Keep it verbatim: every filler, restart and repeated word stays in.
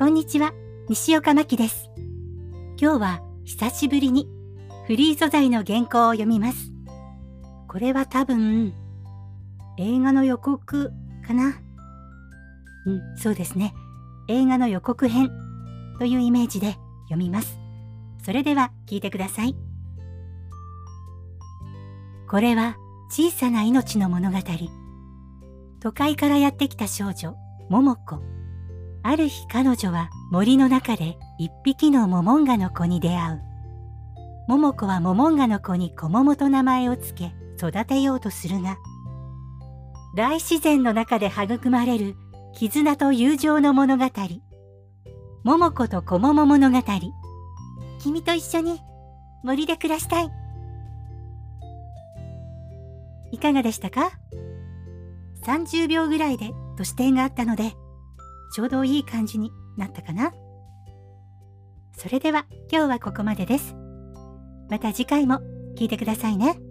こんにちは、西岡真希です。今日は久しぶりにフリー素材の原稿を読みます。これは多分映画の予告かな。うん、そうですね。映画の予告編というイメージで読みます。それでは聞いてください。これは小さな命の物語。都会からやってきた少女、桃子。ある日彼女は森の中で一匹のモモンガの子に出会う。桃子はモモンガの子に小桃と名前をつけ育てようとするが、大自然の中で育まれる絆と友情の物語。桃子と小桃物語。君と一緒に森で暮らしたい。いかがでしたか？さんじゅうびょうぐらいでと視点があったので、ちょうどいい感じになったかな。それでは今日はここまでです。また次回も聞いてくださいね。